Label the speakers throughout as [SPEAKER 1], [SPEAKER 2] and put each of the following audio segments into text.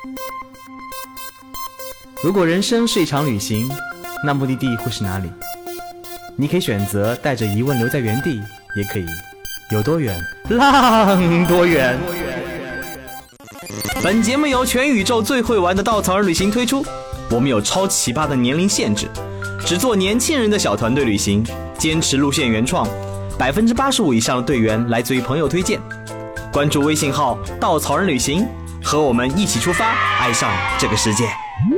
[SPEAKER 1] 如果人生是一场旅行，那目的地会是哪里？你可以选择带着疑问留在原地，也可以有多远浪多远。本节目由全宇宙最会玩的稻草人旅行推出，我们有超奇葩的年龄限制，只做年轻人的小团队旅行，坚持路线原创，85%以上的队员来自于朋友推荐。关注微信号稻草人旅行，和我们一起出发，爱上这个世界。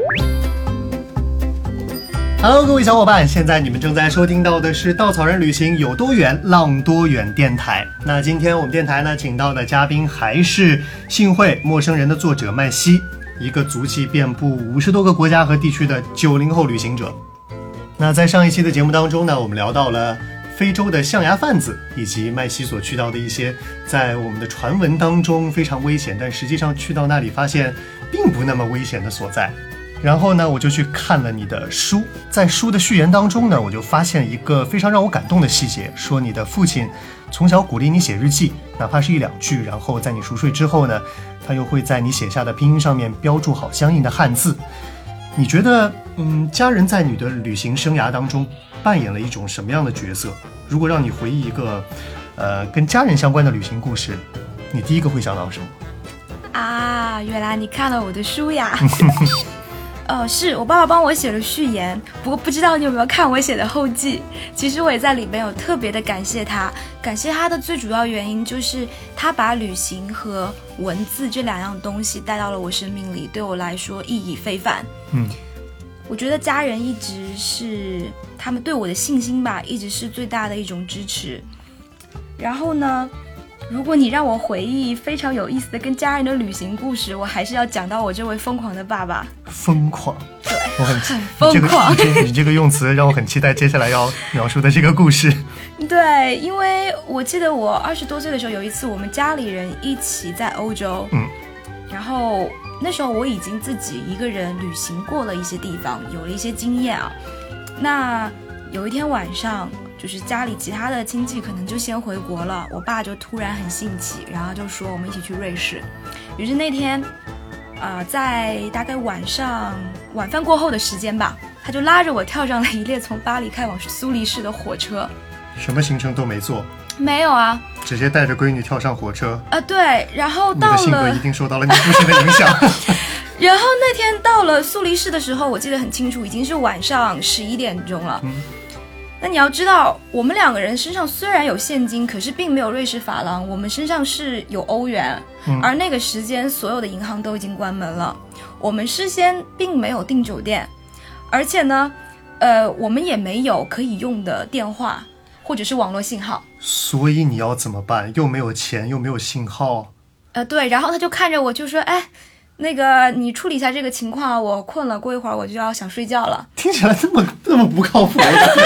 [SPEAKER 2] Hello， 各位小伙伴，现在你们正在收听到的是稻草人旅行有多远浪多远电台。那今天我们电台呢，请到的嘉宾还是幸会陌生人的作者麦西，一个足迹遍布50多个国家和地区的90后旅行者。那在上一期的节目当中呢，我们聊到了非洲的象牙贩子，以及麦西所去到的一些在我们的传闻当中非常危险，但实际上去到那里发现并不那么危险的所在。然后呢，我就去看了你的书，在书的序言当中呢，我就发现一个非常让我感动的细节，说你的父亲从小鼓励你写日记，哪怕是1-2句，然后在你熟睡之后呢，他又会在你写下的拼音上面标注好相应的汉字。你觉得家人在你的旅行生涯当中扮演了一种什么样的角色？如果让你回忆一个跟家人相关的旅行故事，你第一个会想到什么
[SPEAKER 3] 啊？原来你看了我的书呀。是我爸爸帮我写了序言，不过不知道你有没有看我写的后记。其实我也在里面有特别的感谢他的最主要原因就是他把旅行和文字这2样东西带到了我生命里，对我来说意义非凡。我觉得家人一直是他们对我的信心吧，一直是最大的一种支持。然后呢，如果你让我回忆非常有意思的跟家人的旅行故事，我还是要讲到我这位疯狂的爸爸。
[SPEAKER 2] 疯狂？
[SPEAKER 3] 对，
[SPEAKER 2] 我很
[SPEAKER 3] 疯狂。
[SPEAKER 2] 你这个用词让我很期待接下来要描述的这个故事。
[SPEAKER 3] 对，因为我记得我20多岁的时候，有一次我们家里人一起在欧洲，然后那时候我已经自己一个人旅行过了一些地方，有了一些经验啊。那有一天晚上，就是家里其他的亲戚可能就先回国了，我爸就突然很兴起，然后就说我们一起去瑞士。于是那天在大概晚饭过后的时间吧，他就拉着我跳上了一列从巴黎开往苏黎世的火车。什
[SPEAKER 2] 么行程都没做？
[SPEAKER 3] 没有啊，
[SPEAKER 2] 直接带着闺女跳上火车。
[SPEAKER 3] 对，然后到了，
[SPEAKER 2] 你的性格一定受到了你父亲的影响。
[SPEAKER 3] 然后那天到了苏黎世的时候，我记得很清楚，已经是晚上11点钟了。那你要知道，我们2个人身上虽然有现金，可是并没有瑞士法郎，我们身上是有欧元，而那个时间所有的银行都已经关门了，我们事先并没有订酒店，而且呢我们也没有可以用的电话或者是网络信号。
[SPEAKER 2] 所以你要怎么办？又没有钱，又没有信号。
[SPEAKER 3] 对，然后他就看着我就说，那个你处理一下这个情况，我困了，过一会儿我就要想睡觉了。
[SPEAKER 2] 听起来这么不靠谱。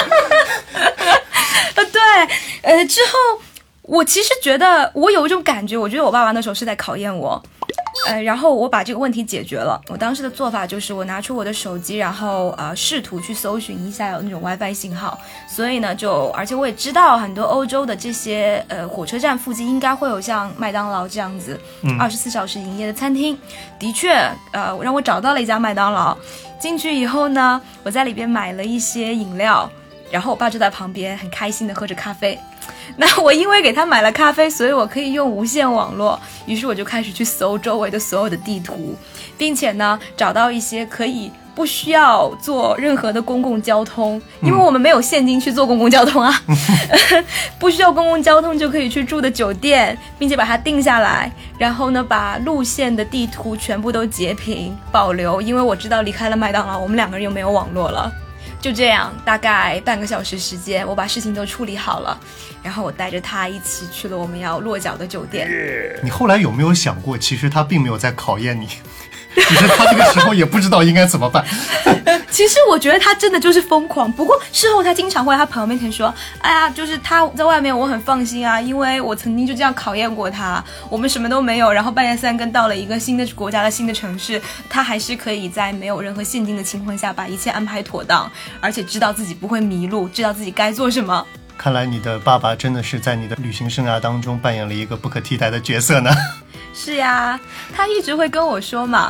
[SPEAKER 3] 对，之后我其实觉得我有一种感觉，我觉得我爸爸那时候是在考验我。然后我把这个问题解决了。我当时的做法就是我拿出我的手机，然后试图去搜寻一下有那种 WiFi 信号。所以呢，而且我也知道很多欧洲的这些火车站附近应该会有像麦当劳这样子24小时营业的餐厅。的确，让我找到了一家麦当劳。进去以后呢，我在里边买了一些饮料，然后我爸就在旁边很开心的喝着咖啡。那我因为给他买了咖啡，所以我可以用无线网络，于是我就开始去搜周围的所有的地图，并且呢找到一些可以不需要坐任何的公共交通，因为我们没有现金去坐公共交通啊不需要公共交通就可以去住的酒店，并且把它定下来，然后呢把路线的地图全部都截屏保留，因为我知道离开了麦当劳我们2个人又没有网络了。就这样大概半个小时时间，我把事情都处理好了，然后我带着他一起去了我们要落脚的酒店。
[SPEAKER 2] 你后来有没有想过，其实他并没有在考验你，只是他这个时候也不知道应该怎么办
[SPEAKER 3] 其实我觉得他真的就是疯狂，不过事后他经常会在他朋友面前说，哎呀，就是他在外面我很放心啊，因为我曾经就这样考验过他，我们什么都没有，然后半夜3更到了一个新的国家的新的城市，他还是可以在没有任何现金的情况下把一切安排妥当，而且知道自己不会迷路，知道自己该做什么。
[SPEAKER 2] 看来你的爸爸真的是在你的旅行生涯当中扮演了一个不可替代的角色呢。
[SPEAKER 3] 是呀，他一直会跟我说嘛，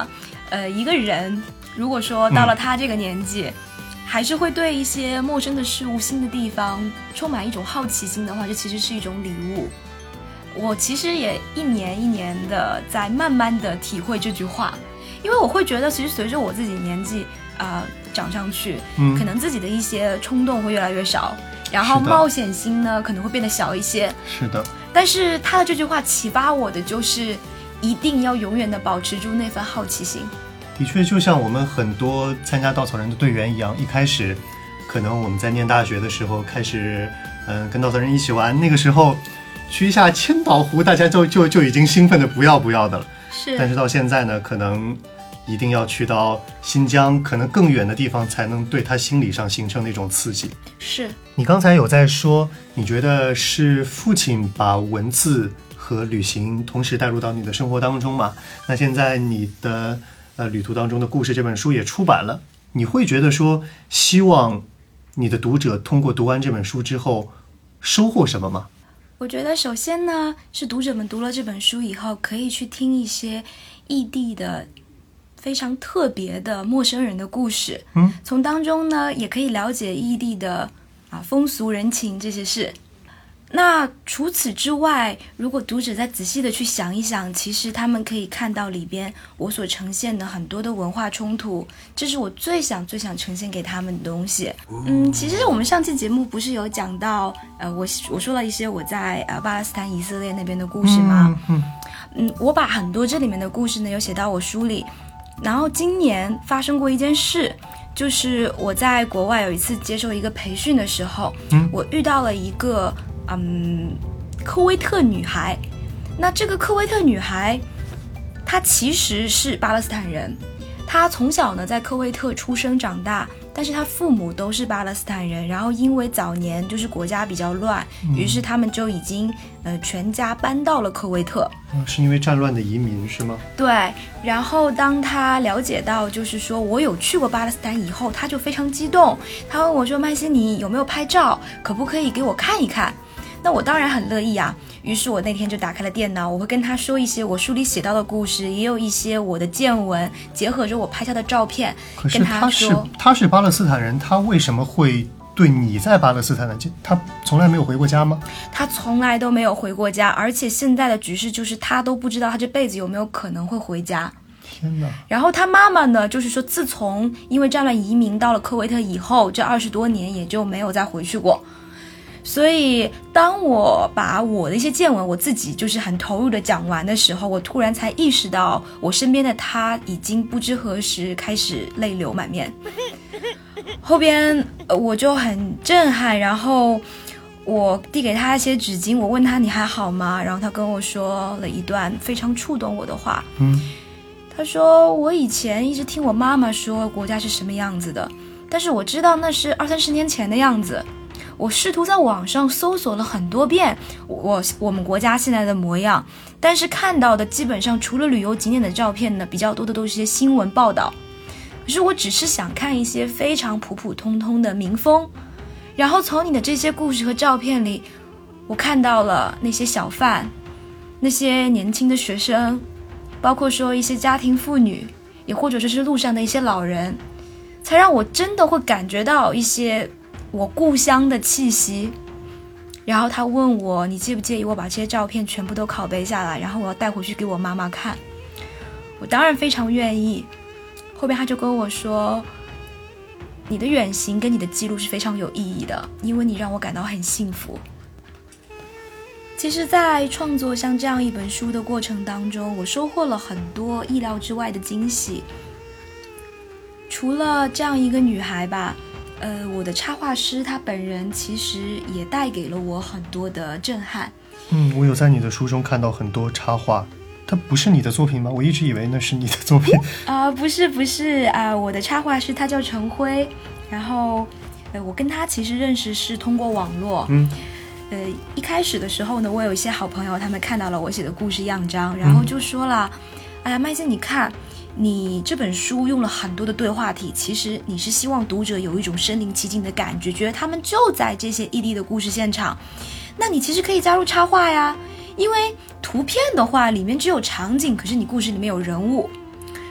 [SPEAKER 3] 一个人如果说到了他这个年纪，还是会对一些陌生的事物、新的地方充满一种好奇心的话，这其实是一种礼物。我其实也一年一年的在慢慢的体会这句话，因为我会觉得其实随着我自己年纪长上去，可能自己的一些冲动会越来越少，然后冒险心呢可能会变得小一些。
[SPEAKER 2] 是的。
[SPEAKER 3] 但是他的这句话启发我的就是一定要永远的保持住那份好奇心。
[SPEAKER 2] 的确就像我们很多参加稻草人的队员一样，一开始可能我们在念大学的时候开始跟稻草人一起玩，那个时候去一下千岛湖大家就已经兴奋的不要的了。
[SPEAKER 3] 是。但
[SPEAKER 2] 是到现在呢，可能一定要去到新疆可能更远的地方才能对他心理上形成那种刺激。
[SPEAKER 3] 是。
[SPEAKER 2] 你刚才有在说你觉得是父亲把文字和旅行同时带入到你的生活当中嘛？那现在你的旅途当中的故事这本书也出版了，你会觉得说希望你的读者通过读完这本书之后收获什么吗？
[SPEAKER 3] 我觉得首先呢，是读者们读了这本书以后可以去听一些异地的非常特别的陌生人的故事，从当中呢也可以了解异地的风俗人情这些事。那除此之外，如果读者再仔细的去想一想，其实他们可以看到里边我所呈现的很多的文化冲突，这是我最想呈现给他们的东西。其实我们上期节目不是有讲到我说了一些我在巴勒斯坦以色列那边的故事吗？我把很多这里面的故事呢有写到我书里。然后今年发生过一件事，就是我在国外有一次接受一个培训的时候，我遇到了一个科威特女孩。那这个科威特女孩她其实是巴勒斯坦人，她从小呢在科威特出生长大，但是她父母都是巴勒斯坦人，然后因为早年就是国家比较乱，于是他们就已经全家搬到了科威特。
[SPEAKER 2] 是因为战乱的移民是吗？
[SPEAKER 3] 对。然后当她了解到就是说我有去过巴勒斯坦以后，她就非常激动，她问我说麦西你有没有拍照，可不可以给我看一看？那我当然很乐意啊，于是我那天就打开了电脑，我会跟他说一些我书里写到的故事，也有一些我的见闻，结合着我拍下的照片。
[SPEAKER 2] 可是他是巴勒斯坦人，他为什么会对你在巴勒斯坦的，他从来没有回过家吗？
[SPEAKER 3] 他从来都没有回过家，而且现在的局势就是他都不知道他这辈子有没有可能会回家。
[SPEAKER 2] 天哪！
[SPEAKER 3] 然后他妈妈呢，就是说自从因为战乱移民到了科威特以后，这20多年也就没有再回去过。所以当我把我的一些见闻我自己就是很投入的讲完的时候，我突然才意识到我身边的他已经不知何时开始泪流满面。后边我就很震撼，然后我递给他一些纸巾，我问他你还好吗？然后他跟我说了一段非常触动我的话。他说我以前一直听我妈妈说国家是什么样子的，但是我知道那是20-30年前的样子。我试图在网上搜索了很多遍我们国家现在的模样，但是看到的基本上除了旅游景点的照片呢，比较多的都是些新闻报道。可是我只是想看一些非常普普通通的民风，然后从你的这些故事和照片里，我看到了那些小贩，那些年轻的学生，包括说一些家庭妇女，也或者是路上的一些老人，才让我真的会感觉到一些我故乡的气息。然后他问我你介不介意我把这些照片全部都拷贝下来，然后我要带回去给我妈妈看。我当然非常愿意。后边他就跟我说，你的远行跟你的记录是非常有意义的，因为你让我感到很幸福。其实在创作像这样一本书的过程当中，我收获了很多意料之外的惊喜。除了这样一个女孩吧，我的插画师他本人其实也带给了我很多的震撼。
[SPEAKER 2] 我有在你的书中看到很多插画，它不是你的作品吗？我一直以为那是你的作品。
[SPEAKER 3] 不是我的插画师他叫陈辉，然后我跟他其实认识是通过网络。一开始的时候呢，我有一些好朋友，他们看到了我写的故事样章，然后就说了，哎呀麦欣，你看你这本书用了很多的对话体，其实你是希望读者有一种身临其境的感觉，觉得他们就在这些异地的故事现场。那你其实可以加入插画呀，因为图片的话里面只有场景，可是你故事里面有人物，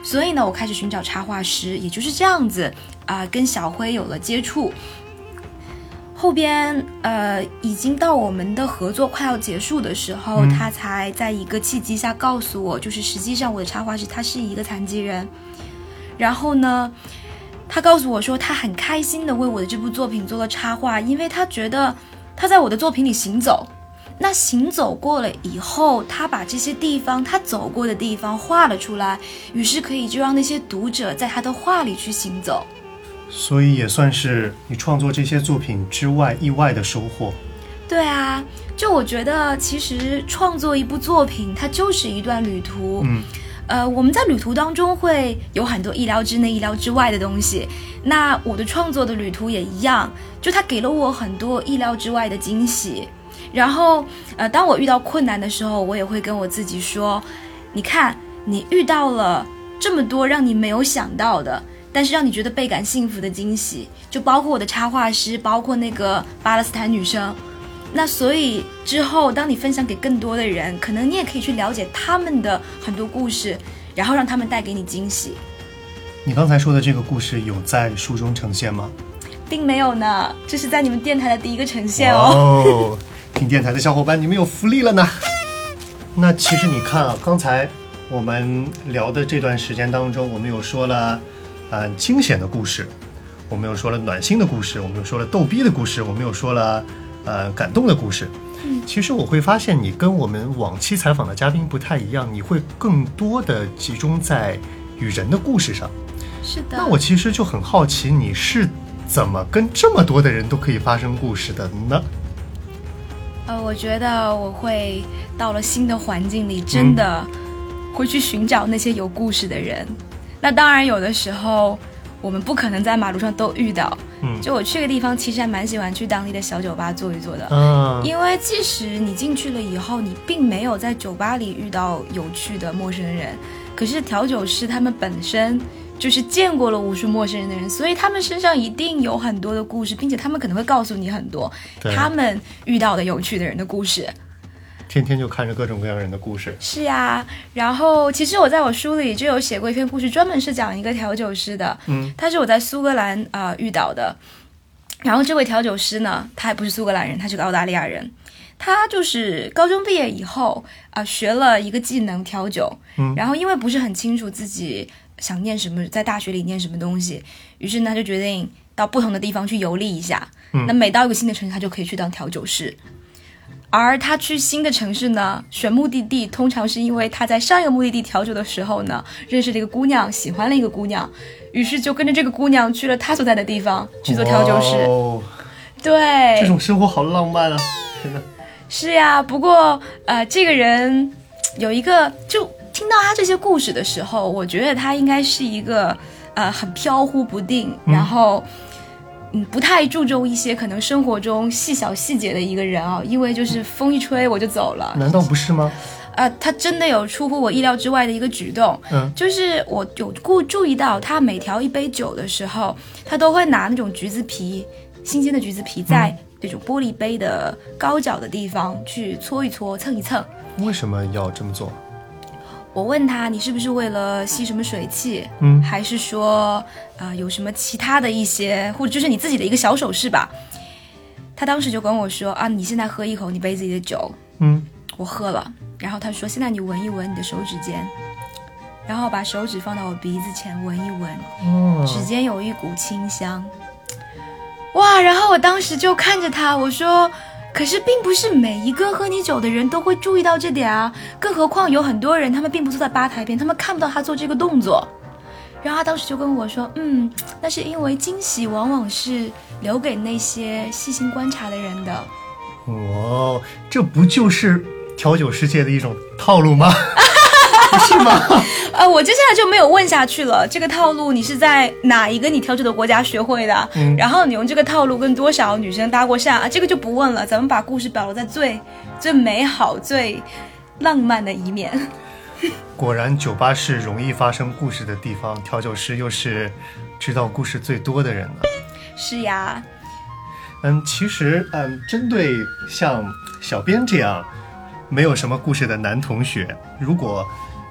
[SPEAKER 3] 所以呢，我开始寻找插画师，也就是这样子跟小辉有了接触。后边已经到我们的合作快要结束的时候，他才在一个契机下告诉我，就是实际上我的插画师他是一个残疾人。然后呢，他告诉我说他很开心的为我的这部作品做了插画，因为他觉得他在我的作品里行走，那行走过了以后，他把这些地方他走过的地方画了出来，于是可以就让那些读者在他的画里去行走。
[SPEAKER 2] 所以也算是你创作这些作品之外意外的收获。
[SPEAKER 3] 对啊，就我觉得其实创作一部作品它就是一段旅途。我们在旅途当中会有很多意料之内意料之外的东西，那我的创作的旅途也一样，就它给了我很多意料之外的惊喜。然后当我遇到困难的时候，我也会跟我自己说，你看你遇到了这么多让你没有想到的，但是让你觉得倍感幸福的惊喜，就包括我的插画师，包括那个巴勒斯坦女生。那所以之后当你分享给更多的人，可能你也可以去了解他们的很多故事，然后让他们带给你惊喜。
[SPEAKER 2] 你刚才说的这个故事有在书中呈现吗？
[SPEAKER 3] 并没有呢，这是在你们电台的第一个呈现哦。
[SPEAKER 2] 听电台的小伙伴，你们有福利了呢。那其实你看啊，刚才我们聊的这段时间当中，我们有说了惊险的故事，我们又说了暖心的故事，我们又说了逗逼的故事，我们又说了感动的故事。其实我会发现你跟我们往期采访的嘉宾不太一样，你会更多的集中在与人的故事上。
[SPEAKER 3] 是的。
[SPEAKER 2] 那我其实就很好奇，你是怎么跟这么多的人都可以发生故事的呢？
[SPEAKER 3] 我觉得我会到了新的环境里，真的会去寻找那些有故事的人。那当然有的时候我们不可能在马路上都遇到，就我去个地方其实还蛮喜欢去当地的小酒吧坐一坐的，因为即使你进去了以后，你并没有在酒吧里遇到有趣的陌生人，可是调酒师他们本身就是见过了无数陌生人的人，所以他们身上一定有很多的故事，并且他们可能会告诉你很多他们遇到的有趣的人的故事。
[SPEAKER 2] 天天就看着各种各样人的故事。
[SPEAKER 3] 是呀，然后其实我在我书里就有写过一篇故事，专门是讲一个调酒师的，他是我在苏格兰遇到的。然后这位调酒师呢，他还不是苏格兰人，他是个澳大利亚人。他就是高中毕业以后学了一个技能调酒，然后因为不是很清楚自己想念什么，在大学里念什么东西，于是呢就决定到不同的地方去游历一下。那每到一个新的城市，他就可以去当调酒师。而他去新的城市呢，选目的地通常是因为他在上一个目的地调酒的时候呢，认识了一个姑娘，喜欢了一个姑娘，于是就跟着这个姑娘去了他所在的地方去做调酒师。对，
[SPEAKER 2] 这种生活好浪漫啊！真的。
[SPEAKER 3] 是呀，不过这个人有一个，就听到他这些故事的时候，我觉得他应该是一个很飘忽不定，然后不太注重一些可能生活中细小细节的一个人啊，因为就是风一吹我就走了。
[SPEAKER 2] 难道不是吗？
[SPEAKER 3] 他真的有出乎我意料之外的一个举动，就是我有注意到他每调一杯酒的时候，他都会拿那种橘子皮，新鲜的橘子皮，在这种玻璃杯的高脚的地方去搓一搓，蹭一蹭。
[SPEAKER 2] 为什么要这么做？
[SPEAKER 3] 我问他，你是不是为了吸什么水气？还是说有什么其他的一些，或者就是你自己的一个小手势吧？他当时就跟我说你现在喝一口你杯子里的酒。我喝了，然后他说现在你闻一闻你的手指尖，然后把手指放到我鼻子前闻一闻，指尖有一股清香。哇！然后我当时就看着他，我说可是并不是每一个喝你酒的人都会注意到这点啊，更何况有很多人他们并不坐在吧台边，他们看不到他做这个动作。然后他当时就跟我说那是因为惊喜往往是留给那些细心观察的人的。
[SPEAKER 2] 这不就是调酒世界的一种套路吗？不是吗？
[SPEAKER 3] 我接下来就没有问下去了。这个套路你是在哪一个你调酒的国家学会的？然后你用这个套路跟多少女生搭过讪这个就不问了。咱们把故事保留在最美好、最浪漫的一面。
[SPEAKER 2] 果然，酒吧是容易发生故事的地方，调酒师又是知道故事最多的人了。
[SPEAKER 3] 是呀。
[SPEAKER 2] 其实针对像小编这样没有什么故事的男同学，如果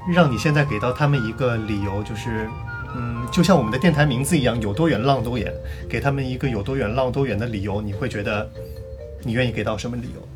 [SPEAKER 2] 让你现在给到他们一个理由，就是就像我们的电台名字一样，有多远浪多远，给他们一个有多远浪多远的理由，你会觉得你愿意给到什么理由？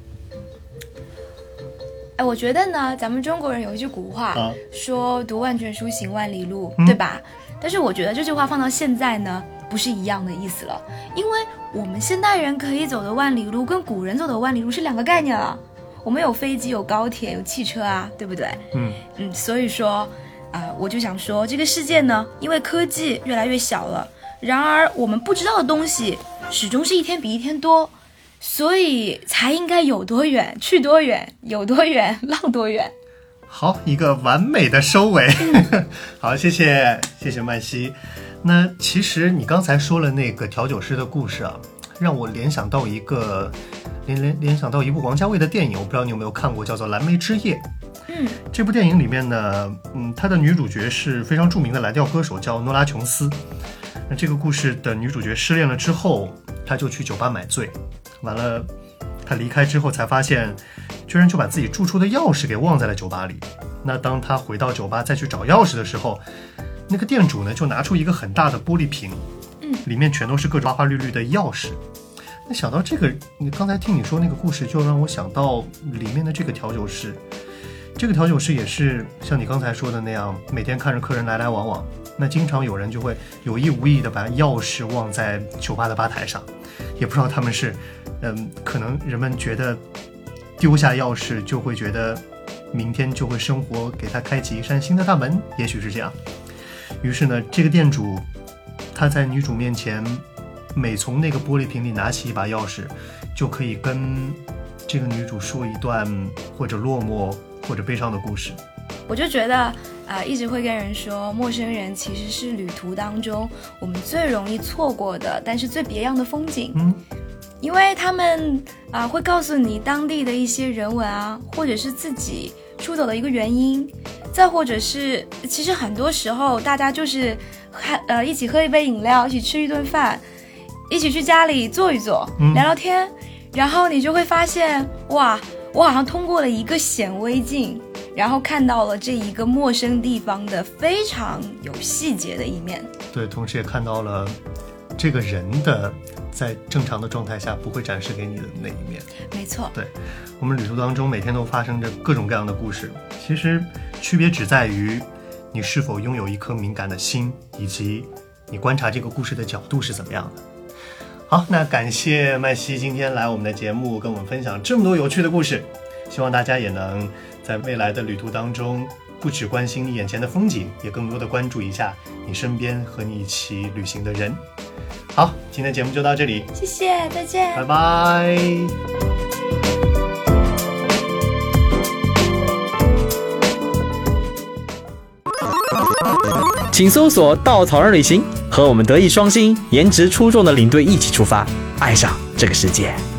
[SPEAKER 3] 我觉得呢，咱们中国人有一句古话，说读万卷书行万里路，对吧？但是我觉得这句话放到现在呢，不是一样的意思了，因为我们现代人可以走的万里路跟古人走的万里路是两个概念了。我们有飞机，有高铁，有汽车啊，对不对？所以说我就想说，这个世界呢，因为科技越来越小了，然而我们不知道的东西始终是一天比一天多，所以才应该有多远去多远，有多远浪多远。
[SPEAKER 2] 好，一个完美的收尾。好，谢谢曼西。那其实你刚才说了那个调酒师的故事啊，让我联想到一部王家卫的电影，我不知道你有没有看过，叫做《蓝莓之夜》。这部电影里面呢，她的女主角是非常著名的蓝调歌手，叫诺拉琼斯。那这个故事的女主角失恋了之后，她就去酒吧买醉，完了她离开之后才发现，居然就把自己住处的钥匙给忘在了酒吧里。那当她回到酒吧再去找钥匙的时候，那个店主呢就拿出一个很大的玻璃瓶，里面全都是各种花花绿绿的钥匙。那想到这个，你刚才听你说那个故事，就让我想到里面的这个调酒师。这个调酒师也是像你刚才说的那样，每天看着客人来来往往，那经常有人就会有意无意的把钥匙忘在酒吧的吧台上，也不知道他们是可能人们觉得丢下钥匙就会觉得明天就会生活给他开启一扇新的大门，也许是这样。于是呢，这个店主他在女主面前每从那个玻璃瓶里拿起一把钥匙，就可以跟这个女主说一段或者落寞或者悲伤的故事。
[SPEAKER 3] 我就觉得一直会跟人说，陌生人其实是旅途当中我们最容易错过的，但是最别样的风景。因为他们会告诉你当地的一些人文啊，或者是自己出走的一个原因，再或者是其实很多时候大家就是一起喝一杯饮料，一起吃一顿饭，一起去家里坐一坐，聊聊天，然后你就会发现，哇，我好像通过了一个显微镜，然后看到了这一个陌生地方的非常有细节的一面。
[SPEAKER 2] 对，同时也看到了这个人的在正常的状态下不会展示给你的那一面。
[SPEAKER 3] 没错，
[SPEAKER 2] 对，我们旅途当中每天都发生着各种各样的故事，其实区别只在于你是否拥有一颗敏感的心，以及你观察这个故事的角度是怎么样的。好，那感谢麦西今天来我们的节目跟我们分享这么多有趣的故事，希望大家也能在未来的旅途当中不只关心你眼前的风景，也更多的关注一下你身边和你一起旅行的人。好，今天节目就到这里，
[SPEAKER 3] 谢谢，再见，
[SPEAKER 2] 拜拜。
[SPEAKER 1] 请搜索稻草人旅行，和我们德艺双馨、颜值出众的领队一起出发，爱上这个世界。